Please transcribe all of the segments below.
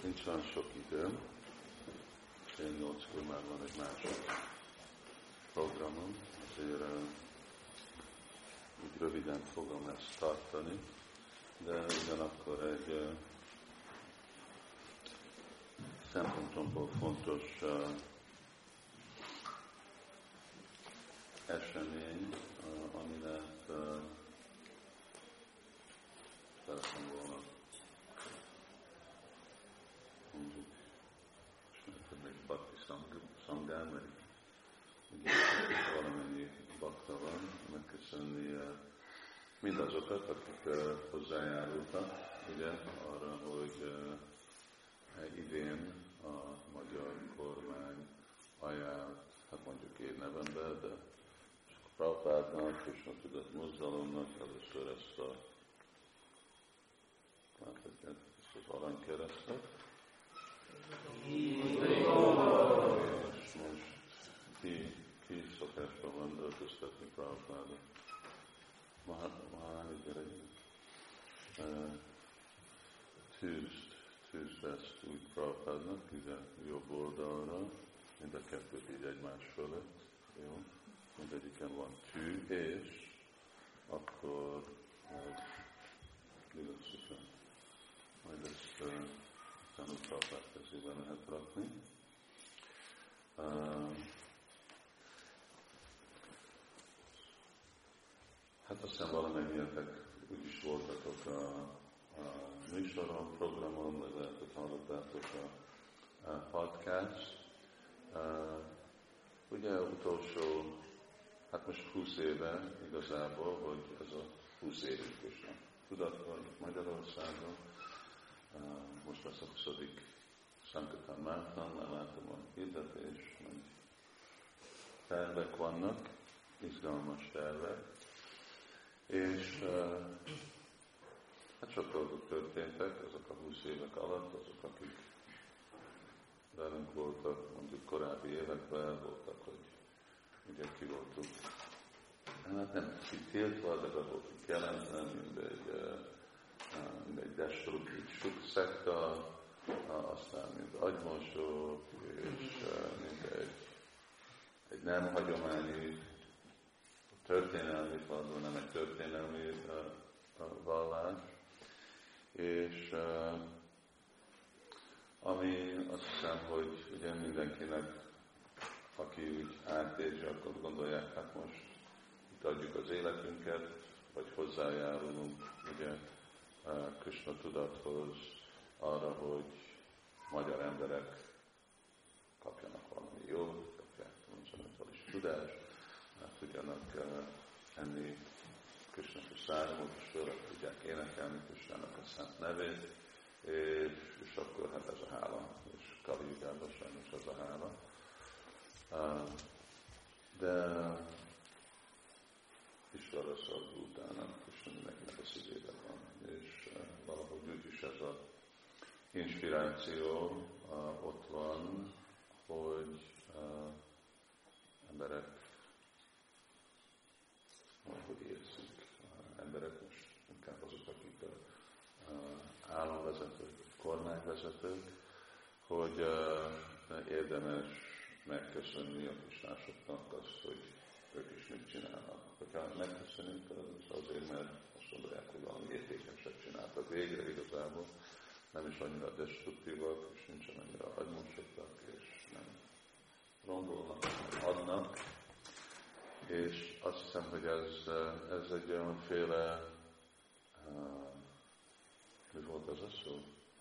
nincs olyan sok időm, fél 8-kor már van egy másik programom, azért úgy röviden fogom ezt tartani, de ugyanakkor egy szempontomból fontos esemény, aminek szeretném volna mondjuk ismerkedni egy bhakti szangán, mert ugye valamennyi bakta van, megköszönni mindazokat, akik hozzájárultak ugye, arra, hogy idén a magyar kormány ajánlt, hát mondjuk én nevemben, de Prabhupádnak és a Tudat Mozdalomnak először ezt az aranykeresztet. És most ki szokásban van öltöztetni Prabhupádot? Mahányi gyerek. Tűzd ezt úgy Prabhupádnak, ugye jobb oldalra, mind a kettőt így egymás fölött, jó? Mindegyiken van tű, és akkor majd ezt tanult Prabhupád kezébe lehet rakni. Hát aztán valamennyiatek úgyis voltatok a műsoron, programon, vagy lehet, hogy hallottátok a podcast. Ugye utolsó, hát most 20 éve igazából, hogy ez a 20 évünk is van. Tudatban Magyarországon, most lesz a 20. Sankirtan Márton, már látom a hirdetés, hogy tervek vannak, izgalmas tervek, és hát sok dolgok történtek azok a 20 évek alatt, azok, akik velünk voltak, mondjuk korábbi években voltak, hogy ugye ki voltuk, hát nem tiltva, de be voltunk jelentve, mindegy destruktív szekta, aztán mind agymosók, és mindegy egy nem hagyományi történelmi valló, nem egy történelmi vallás, és ami azt hiszem, hogy ugye mindenkinek, aki úgy átérzi, akkor gondolják, hát most itt adjuk az életünket, vagy hozzájárulunk ugye Krishna tudathoz, arra, hogy magyar emberek kapjanak valami jót, kapják transzendentális tudást, tudjanak enni Krishna prasádamot, és főleg tudják énekelni Krishnának a szent nevét, és akkor hát ez a hála, és Kali Jugában sajnos ez a hála. De Isvara Szadhu utána Krishna mindenkinek a szívében van, és valahogy úgyis ez az inspiráció ott van, hogy emberek, hogy érzik, emberek most inkább azok, akik államvezetők, kormányvezetők, hogy érdemes megköszönni a kisnásoknak azt, hogy ők is mit csinálnak. Hogyha megköszönünk, az azért, mert azt gondolják, hogy valami értékeset csináltak végre igazából, nem is annyira destruktívak, és nincsen annyira agymosodtak, és nem rombolnak, adnak. És azt hiszem, hogy ez egy olyanféle, mi volt az a szó?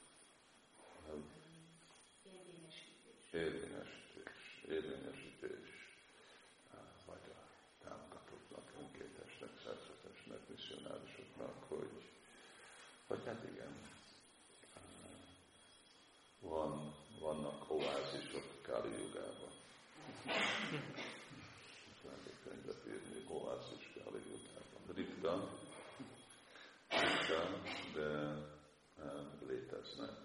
Érvényesítés. Vagy a támogatóknak, önkéntesnek, szerzetesnek, misszionárisoknak, hogy hát igen, vannak oázisok Kali Jugában. Lehet egy könyvet írni, oázis Kali Jugában. Ritka, de léteznek.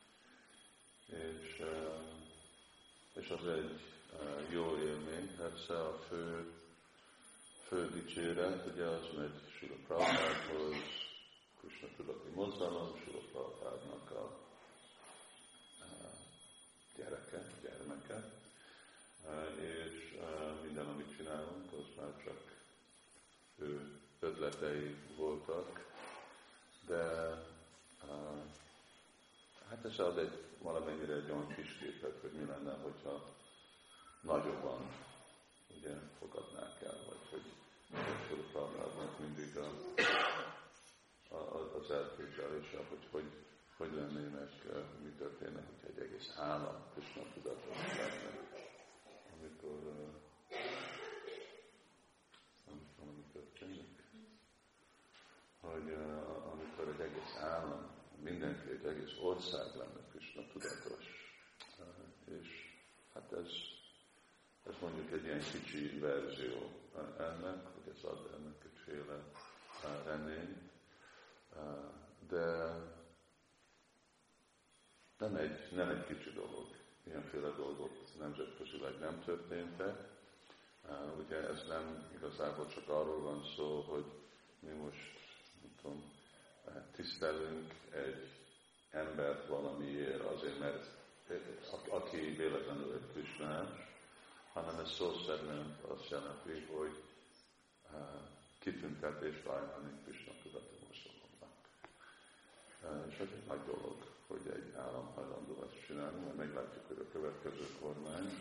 És az egy jó élmény, persze a fő dicséret, ugye az megy Srila Prabhupádhoz, Krishna Tudati Mozdalom, Srila Prabhupádnak a és minden, amit csinálunk, az már csak ő ötletei voltak, de hát ez ad valamennyire egy olyan kis képet, hogy mi lenne, hogyha nagyobban ugye fogadnák el, vagy hogy Prabhupádnak mindig az elképzelése, hogy lennének, mi történne, hogyha egy egész állam Krishna tudatos lenne. Amikor ami történik, hogy amikor egy egész állam, mindenki, egy egész ország lenne Krishna tudatos. És hát ez mondjuk egy ilyen kicsi verzió ennek, hogy ez ad ennek egyféle reményt, de nem egy kicsi dolog. Ilyenféle dolgok nemzetközileg nem történtek. Ugye ez nem igazából csak arról van szó, hogy mi most, nem tudom, tisztelünk egy embert valamiért azért, mert aki véletlenül egy Krishnás, hanem ez szó szerint azt jelenti, hogy kitüntetést ajánlani Krishna tudatomosoknak. És ez egy nagy dolog, hogy egy állam hajlandó ezt csinálni, mert meglátjuk, hogy a következő kormány,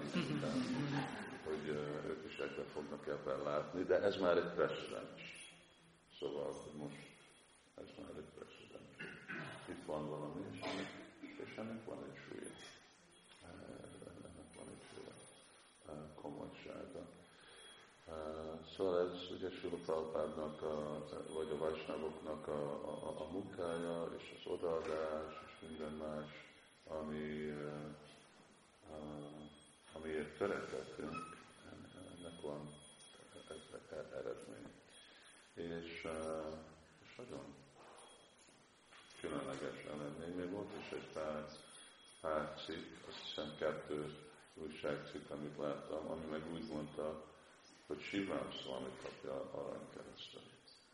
hogy ők is egybe fognak ebben látni, de ez már egy precedens. Szóval most ez már egy precedens. Itt van valami, és ennek van egy súlya. Ennek van egy súlya komolysága. Szóval ez ugye Srila Prabhupádnak, vagy a Vaisnavoknak a munkája, és az odaadás, és minden más, amiért törekedtünk, ennek van eredmény. És nagyon különleges eredmény. Még volt is egy pár cikk, azt hiszem 2 újságcikk, amit láttam, ami meg úgy mondta, hogy Sivram Swami kapja aranykeresztet.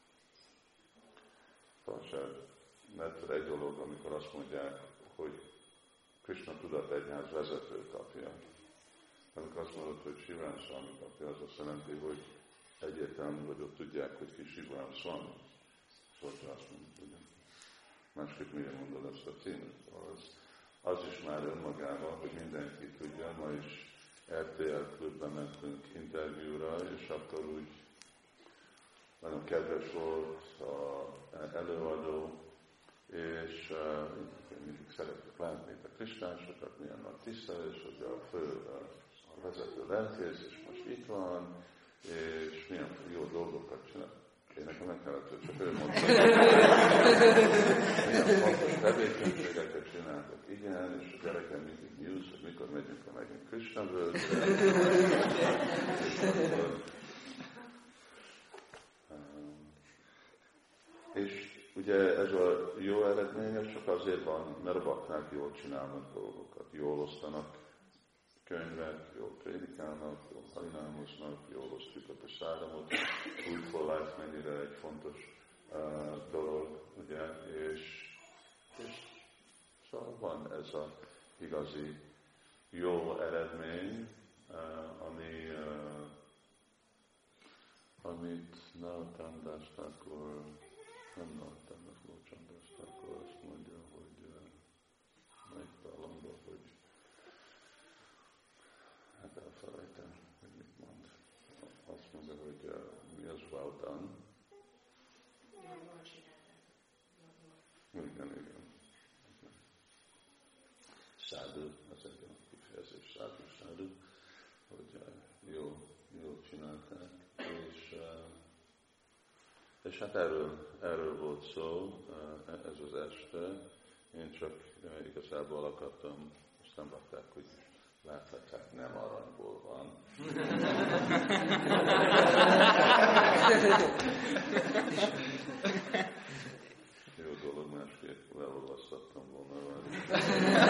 Mert egy dolog, amikor azt mondják, hogy Krishna tudat egyház vezető kapja. Amikor azt mondod, hogy Sivram Swami kapja, az azt jelenti, hogy egyértelmű, hogy ott tudják, hogy ki Sivram Swami. Szóval azt mondod, hogy másképp miért mondod ezt a címet. Az is már önmagában, hogy mindenki tudja, ma is RTL klubba mentünk interjúra, és akkor úgy nagyon kedves volt az előadó, és mindig szeretjük látni a kristásokat, milyen nagy tisztelés, hogy a fő, a vezető lelkész, és most itt van, és milyen jó dolgokat csinál. Én nekem meg kellett, hogy csak ő mondta. Milyen fontos tevékenységeket csináltak, igen, és a gyerekem mindig news, hogy mikor megyünk, ha megyünk Krisna-völgyre. És ugye ez a jó eredmény, ez csak azért van, mert a bakták jól csinálnak dolgokat, jól osztanak könyvet, jól prédikálnak, jól harinámoznak, jól osztjuk a prasadamot, Food for Life mennyire egy fontos dolog, ugye, és szóval van ez az igazi jó eredmény, amit Naltandás Thakur, nem Naltandás, Lócsandás Thakur azt mondja, hogy melyik dalomban, hogy hát elfelejtem, hogy mit mond. Azt mondja, hogy mi az well done. Igen. Szádu, az egy olyan kifejezés, szádu, hogy jól csinálták. És hát erről volt szó, ez az este. Én csak igazából akartam, azt nem rakták, hogy láthatják, nem aranyból van. Jó dolog, másképp elolvasztattam volna vele.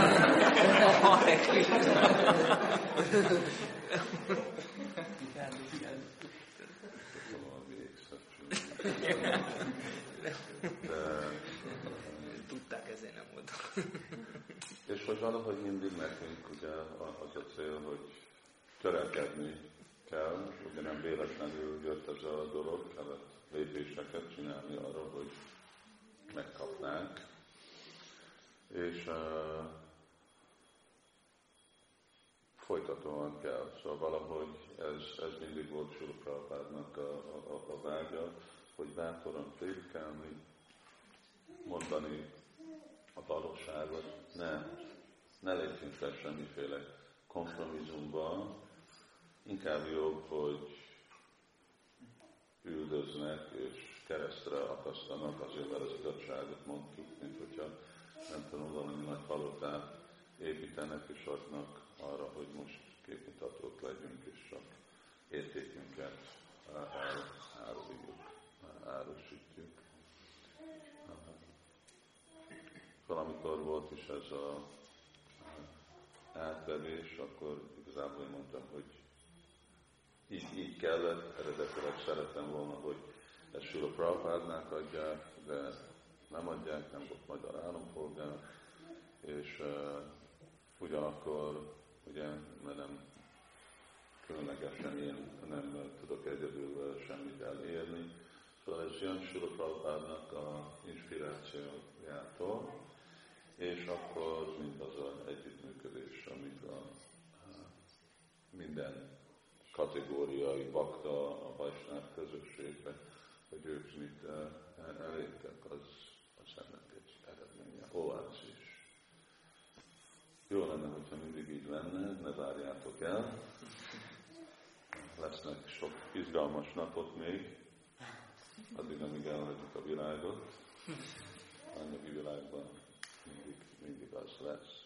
Valami ékszert tudták, ezért nem voltak. És hogy valahogy mindig nekünk ugye az a cél, hogy törekedni kell, ugye nem véletlenül jött ez a dolog, kellett lépéseket csinálni arra, hogy megkapnánk. És folytatóan kell. Szóval valahogy ez mindig volt Srila Prabhupádnak a vágya, hogy bátran prédikálni, mondani a valóságot, ne lépjünk fel semmiféle kompromisszumba, inkább jobb, hogy üldöznek és keresztre akasztanak, azért mert az igazságot mondtuk, mint hogyha nem tudom, valami nagy palotát építenek és adnak arra, hogy most képmutatók legyünk és csak értékünket árusítjuk. Valamikor volt is ez az átvevés, akkor igazából én mondtam, hogy így kellett, eredetileg szerettem volna, hogy ezt Srila Prabhupádnak adják, de nem adják, nem volt magyar állampolgár, és ugyanakkor, ugye, mert nem különlegesen én nem tudok egyedül semmit elérni, szóval ez jön Srila Prabhupádnak a inspirációjától, és akkor mindaz az együttműködés, amit minden kategóriai bakta a Vajsnáv közösségben, hogy ők mit elértek, az ennek egy eredménye, oázis. Jó lenne, hogyha mindig így lenne, ne várjátok el. Lesznek sok izgalmas napok még, addig amíg elhagyjuk a világot. Anyagi világban mindig az lesz.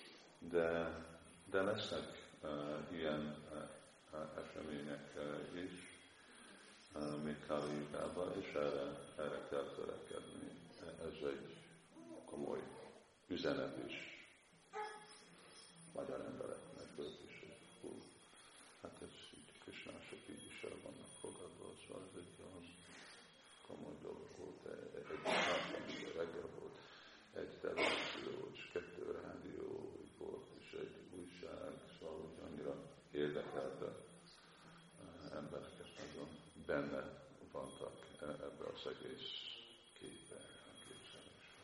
De lesznek ilyen események is, még Kali Jugában, és erre kell törekedni. Ez egy komoly üzenet is magyar embereknek, ők is, hogy hát ez így krisnások így is el vannak fogadva, szóval ez egy olyan komoly dolog volt. Egy nap, amikor reggel volt egy televízió, és 2 rádió volt, és egy újság, szóval hogy annyira érdekelte embereket, nagyon benne vannak ebbe az egész képbe, elképzelésbe.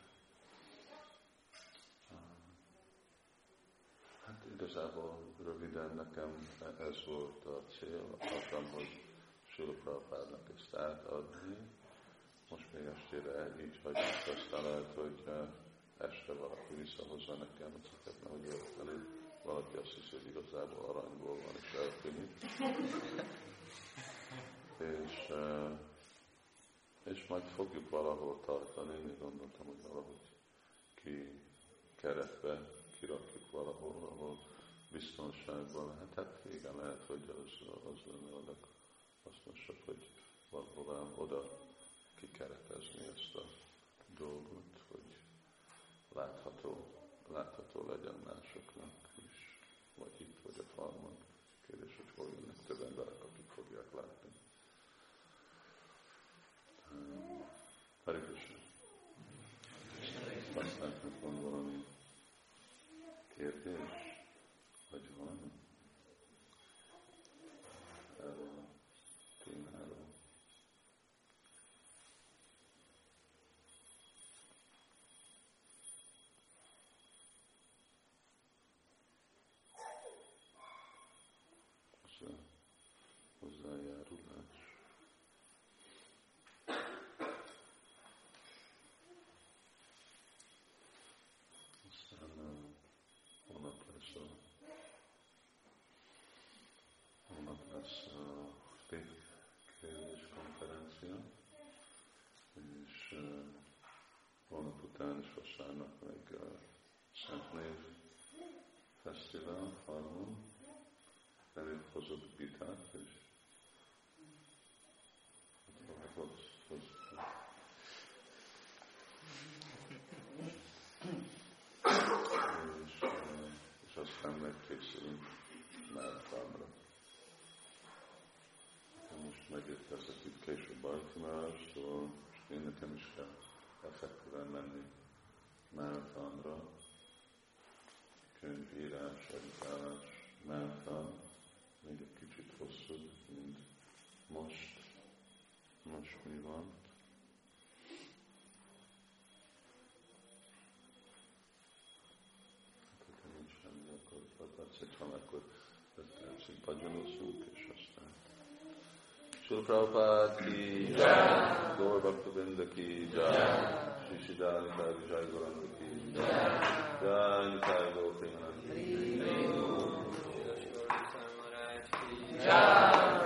Hát igazából röviden nekem ez volt a cél, akartam, hogy Srila Prabhupádnak ezt átadni. Most még estére így hagyjuk, aztán lehet, hogy este valaki visszahozza nekem ezeket, nehogy érteni. Valaki azt hiszi, hogy igazából aranyból van, és eltűnik. És majd fogjuk valahol tartani, én gondoltam, hogy valahogy keretbe kirakjuk valahol, ahol biztonságban lehet. Hát igen, lehet, hogy az lenne a leghasznosabb, hogy valahol oda kikeretezni ezt a dolgot, hogy látható legyen másoknak is, vagy itt, vagy a farmon. Kérdés, hogy hol jönnek több emberek, akik fogják látni. Hare Krishna. Aztán van valami kérdés, vagy valami? Erről a témáról. Hozzájárulás. Aztán holnap lesz a kérdés konferencia, és holnap után is vasárnap meg a Szentnév Fesztivál Farmon. Elég hozott vitát, és és aztán megkészülünk marathonra. Most megérkezett itt később Bajtimástól, most én nekem is kell effektíven menni marathonra, könyvírás, editálás, marathon, most mi van? Ha nincs semmi, akkor adsz egy van, akkor 5 percig bhajanozunk, és aztán Srila Prabhupada ki jai, Gaur Bhakta ki jai, Shri Siddhani Thakur Jai Gauranga ki jai, Jai Nitai Gaur Premanandi ki jai.